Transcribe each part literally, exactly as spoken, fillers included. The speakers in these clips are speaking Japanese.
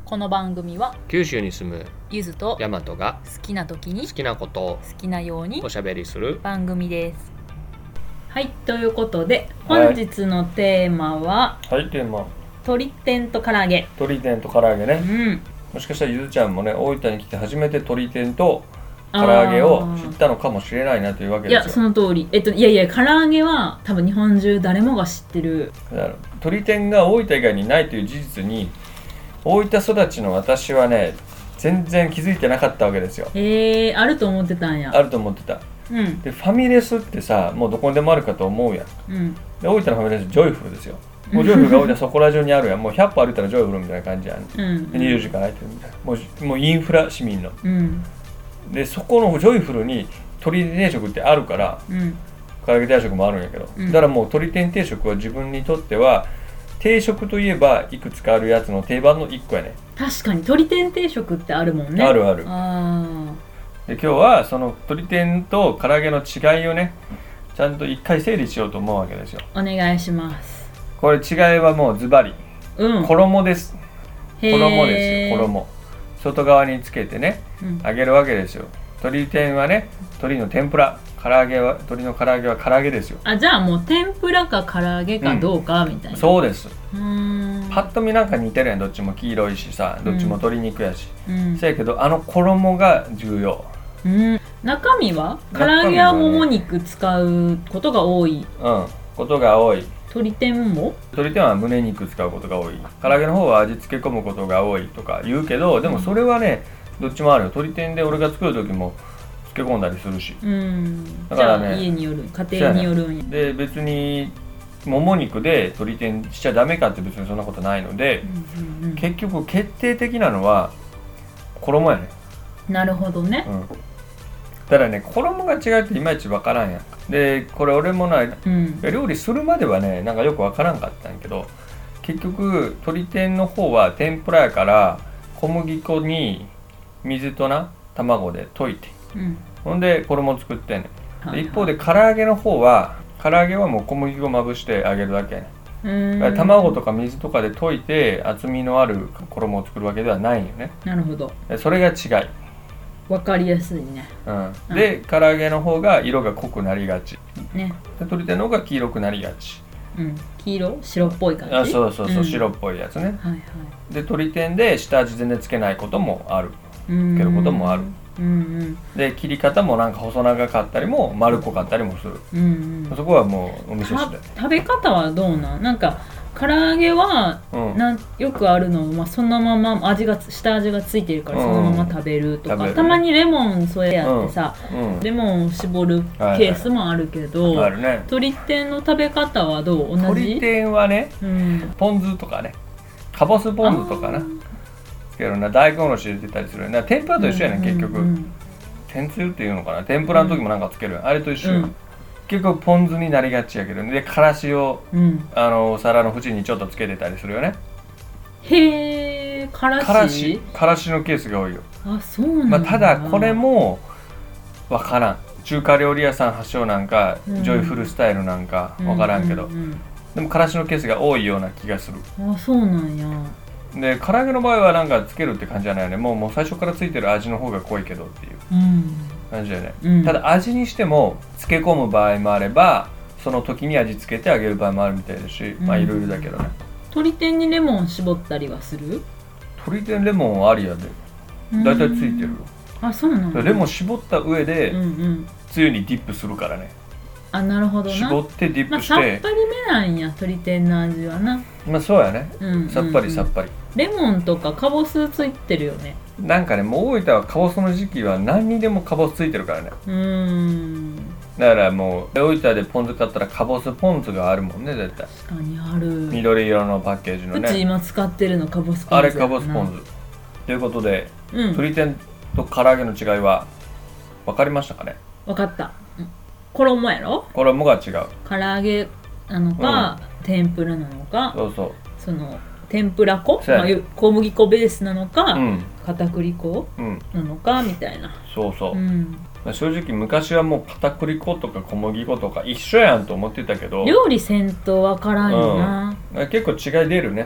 この番組は九州に住むゆずとヤマトが好きな時に好きなことを好きなようにおしゃべりする番組です。はい、ということで本日のテーマは、 はい、テーマ鶏天と唐揚げ。 鶏天と唐揚げね、 うん、 もしかしたらゆずちゃんもね大分に来て初めて鶏天と唐揚げを知ったのかもしれないなというわけですよ。 いやその通り。えっといやいや唐揚げは多分日本中誰もが知ってる。 だから鶏天が大分以外にないという事実に大分育ちの私はね全然気づいてなかったわけですよ。 へえー、あると思ってたんや。 あると思ってた。 うん、 でファミレスってさもうどこにでもあるかと思うやん、 うん、 で大分のファミレスジョイフルですよ。もうジョイフルが大分そこら中にあるやん。もうひゃっぽ歩いたらジョイフルみたいな感じやん、うん、でにじゅうじかん空いてるみたいなもう、もうインフラ市民の、うん、でそこのジョイフルに鶏定食ってあるから、うん、唐揚げ定食もあるんやけど、うん、だからもう鶏天定食は自分にとっては定食といえばいくつかあるやつの定番のいっこやね。 確かに鶏天定食ってあるもんね。 あるある。 あで今日はその鶏天と唐揚げの違いをねちゃんと一回整理しようと思うわけですよ。 お願いします。 これ違いはもうズバリ、うん、衣です。衣ですよ。衣外側につけてね、うん、揚げるわけですよ。鶏天はね鶏の天ぷら、唐揚げは鶏の唐揚げは唐揚げですよ。 あ、じゃあもう天ぷらか唐揚げかどうか、うん、みたいな。 そうです。 うーんパッと見なんか似てるやん。どっちも黄色いしさ、どっちも鶏肉やし、うん、せやけどあの衣が重要。 うん、中身は唐揚げはもも肉使うことが多い。 うん、ことが多い。 鶏天も鶏天は胸肉使うことが多い。唐揚げの方は味付け込むことが多いとか言うけど、でもそれはね、どっちもあるよ。鶏天で俺が作る時も漬け込んだりするし、 うん、だからね、じゃあ家による、家庭によるんや。 で別にもも肉で鶏天しちゃダメかって別にそんなことないので、うんうんうん、結局決定的なのは衣やね。 なるほどね、うん、 ただね衣が違うっていまいちわからんやん。でこれ俺もな、うん、料理するまではねなんかよくわからんかったんやけど、結局鶏天の方は天ぷらやから小麦粉に水とな卵で溶いて、うん、ほんで衣作ってんねん。で一方で唐揚げの方は唐揚げはもう小麦粉まぶして揚げるだけやねん。だから卵とか水とかで溶いて厚みのある衣を作るわけではないんよね。 なるほど。 それが違い。 わかりやすいね、 うん、で、うん、唐揚げの方が色が濃くなりがち、ね、で鶏天の方が黄色くなりがち、 うん、黄色白っぽい感じ。 あ、そうそうそう、うん、白っぽいやつね、はいはい、で鶏天で下味全然つけないこともある、つけることもある、うんうん、で切り方もなんか細長かったりも丸っこかったりもする、うんうん、そこはもうお店次第。 食べ方はどうなん？なんか唐揚げは、うん、なんよくあるのは、まあ、そのまま味が下味がついてるからそのまま食べるとか、うん、たまにレモン添えやってさ、うんうん、レモンを絞るケースもあるけど、はいはい、ね、鶏天の食べ方はどう？同じ？ 鶏天はね、うん、ポン酢とかねかぼすポン酢とかなつけるな、大根おろし入れてたりするよね。天ぷらと一緒やね、うん、結局、うん、天つゆっていうのかな、天ぷらの時もなんかつける、うん、あれと一緒、うん、結構ポン酢になりがちやけど、ね、でからしを、うん、あの皿の縁にちょっとつけてたりするよね。 へー、からしからしからしのケースが多いよ。 あ、そうなんだ、 まあ、ただこれもわからん。中華料理屋さん発祥なんか、うん、ジョイフルスタイルなんかわからんけど、うんうんうん、でもからしのケースが多いような気がする。 あ、そうなんや。 で唐揚げの場合はなんかつけるって感じじゃないよね。もう、もう最初からついてる味の方が濃いけどっていう感じだよね、うん、ただ味にしても漬け込む場合もあればその時に味付けてあげる場合もあるみたいだし、うん、まあいろいろだけどね。 鶏天にレモン絞ったりはする？ 鶏天レモンはありやで、だいたいついてるよ。 あ、そうなんだ。 レモン絞った上で、うんうん、つゆにディップするからね。 あ、なるほどな。 絞ってディップして、 まあ、さっぱりめなんや鶏天の味はな。 まあそうやね、うんうんうん、さっぱりさっぱり。 レモンとかかぼすついてるよね。 なんかね、もう大分はかぼすの時期は何にでもかぼすついてるからね。うーん、だからもう大分でポン酢買ったらかぼすポン酢があるもんね、絶対。 確かにある。 緑色のパッケージのね。 うち今使ってるのかぼすポン酢。 あれかぼすポン酢ということで、うん、鶏天と唐揚げの違いは分かりましたかね？ 分かった。衣やろ？ 衣が違う。 唐揚げなのか、うん、天ぷらなのか、 そうそう、 その天ぷら粉、まあ、小麦粉ベースなのか、うん、片栗粉、うん、なのかみたいな。 そうそう、うん、まあ、正直昔はもう片栗粉とか小麦粉とか一緒やんと思ってたけど、 料理せんとわからんよな、 うん、結構違い出るね。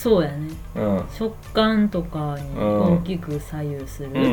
そうやね、 うん、 食感とかに大きく左右する、うんうん、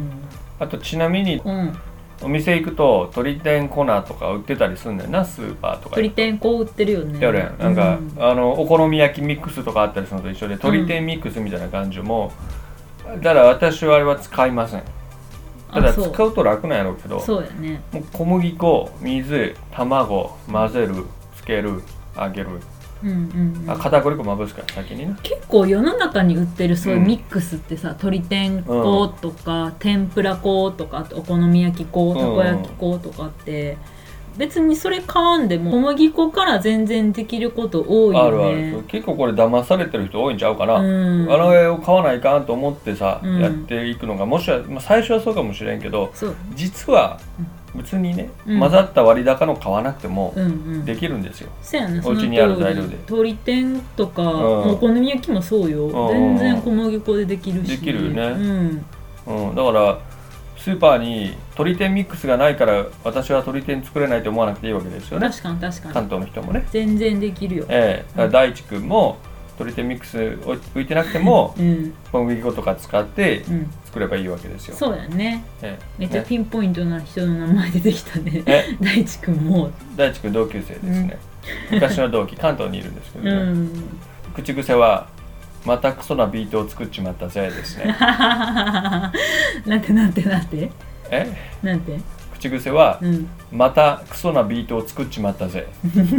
あとちなみに、うん、お店行くと鶏天粉とか売ってたりするんだよな、スーパーとか。 鶏天粉売ってるよね。 やるやん。なんか、うん、あのお好み焼きミックスとかあったりするのと一緒で、鶏天ミックスみたいな感じも、うん、だから私はあれは使いません。ただ使うと楽なんやろうけど、 そうやね、 もう小麦粉、水、卵混ぜる、つける、揚げる、うんうんうん、あ片栗粉まぶすから先にね。 結構世の中に売ってるそういうミックスってさ、うん、鶏天粉とか、うん、天ぷら粉とか、あとお好み焼き粉、たこ焼き粉とかって、うん別にそれ買わんでも小麦粉から全然できること多いよね。あるある。 結構これ騙されてる人多いんちゃうかな、うん、あの絵を買わないかんと思ってさ、うん、やっていくのがもしは、まあ、最初はそうかもしれんけど、実は別にね、うん、混ざった割高の買わなくてもできるんですよ、うんうん、お家にある材料で。 鶏天とか、うん、お好み焼きもそうよ、うん、全然小麦粉でできるし。 できるよね、うんうん、だからスーパーに鶏天ミックスがないから私は鶏天作れないと思わなくていいわけですよね。 確かに確かに。 関東の人もね全然できるよ。 ええ、だから大地君も鶏天ミックス浮いてなくても、うん、小麦粉とか使って作ればいいわけですよ、 うん、そうやね、ええ、めっちゃピンポイントな人の名前出てきたね。大地君も大地君同級生ですね、うん、昔の同期関東にいるんですけどね、うん、口癖はまたクソなビートを作っちまったぜですね。 なんてなんてなんてえなんて口癖は、うん、またクソなビートを作っちまったぜ。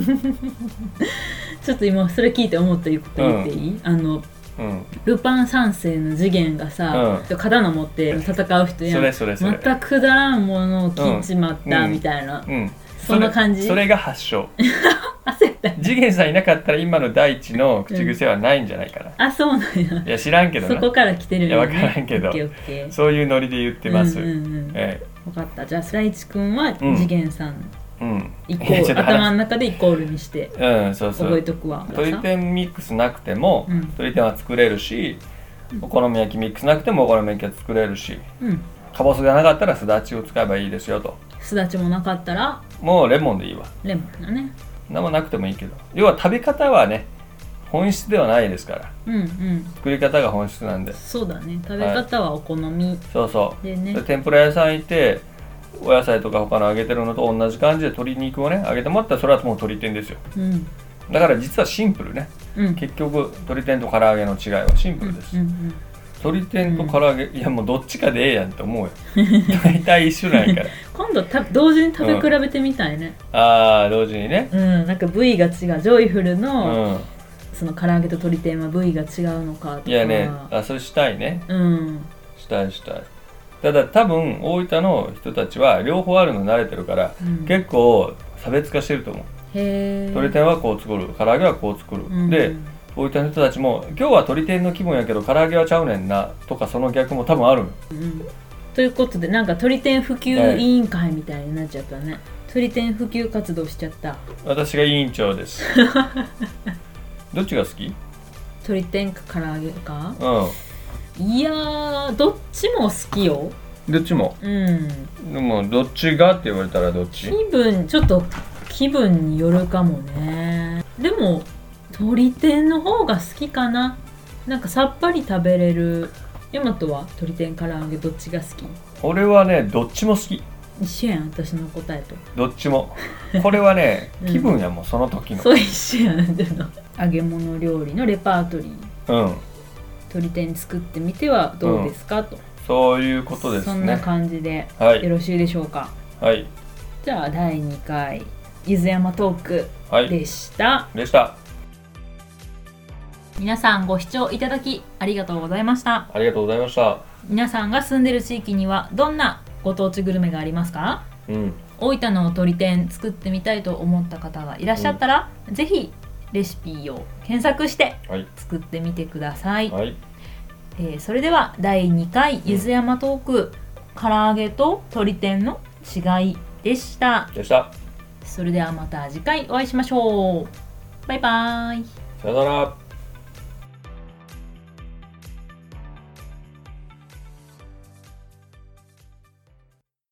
ちょっと今それ聞いて思ったこと言っていい、うん、あの、うん、ルパン三世の次元がさ、うん、刀持って戦う人やん。 それそれそれまたくだらんものを切っちまったみたいな、うんうん、そんな感じ。 それ、それが発祥。次元さんいなかったら今の大地の口癖はないんじゃないかな、 うん、あ、そうなんや。 いや知らんけどな、 そこから来てるよね。いや分からんけど、オッケーオッケー、そういうノリで言ってます、うんうんうん、ええ、 分かった。じゃあ大地くんは次元さん、うんうん、イコール頭の中でイコールにして覚えとくわ。 鶏天ミックスなくても、うん、鶏天は作れるし、うん、お好み焼きミックスなくてもお好み焼きは作れるし、うん、かぼすがなかったらすだちを使えばいいですよと。 すだちもなかったらもうレモンでいいわ。 レモンだね。 何もなくてもいいけど、要は食べ方はね本質ではないですから、うんうん、作り方が本質なんで。 そうだね、食べ方はお好み、はい、 そうそうで、ね、で天ぷら屋さん行ってお野菜とか他の揚げてるのと同じ感じで鶏肉をね揚げてもらったらそれはもう鶏天ですよ、うん、だから実はシンプルね、うん、結局鶏天と唐揚げの違いはシンプルです、うんうんうん、鶏天と唐揚げ、うん、いやもうどっちかでええやんって思うよ。大体一緒なんやから。 今度た同時に食べ比べてみたいね、 うん、ああ同時にね、 うん、なんか部位が違う。ジョイフルの、うん、その唐揚げと鶏天は部位が違うのかとか。 いやね、あそれしたいね、うん、したいしたい。ただ多分大分の人たちは両方あるの慣れてるから、うん、結構差別化してると思う。へー。鶏天はこう作る、唐揚げはこう作る、うん、で大分の人たちも今日は鶏天の気分やけど唐揚げはちゃうねんなとか、その逆も多分ある、うん、 ということでなんか鶏天普及委員会みたいになっちゃったね、はい、鶏天普及活動しちゃった。 私が委員長です。どっちが好き？ 鶏天か唐揚げか？ うん、 いやーどっちも好きよ。 どっちも、うん、でもどっちがって言われたらどっち？ 気分ちょっと気分によるかもね。でも鶏天の方が好きかな。なんかさっぱり食べれる。ヤマトは鶏天唐揚げどっちが好き？ 俺はねどっちも好き。 一緒やん私の答えと。 どっちも。これはね、うん、気分やもんその時の。 そう一緒やん。揚げ物料理のレパートリー。うん。鶏天作ってみてはどうですか、うん、と。 そういうことですね。 そんな感じで、はい、よろしいでしょうか。 はい。 じゃあだいにかいゆずやまトークでした。 はい、でした。 皆さんご視聴いただきありがとうございました。 ありがとうございました。 皆さんが住んでる地域にはどんなご当地グルメがありますか？うん、大分の鶏天作ってみたいと思った方がいらっしゃったら、うん、ぜひレシピを検索して作ってみてください、はいえー、それではだいにかいゆずやまトーク、うん、唐揚げと鶏天の違いでしたでしたそれではまた次回お会いしましょう。バイバイ。 さよなら。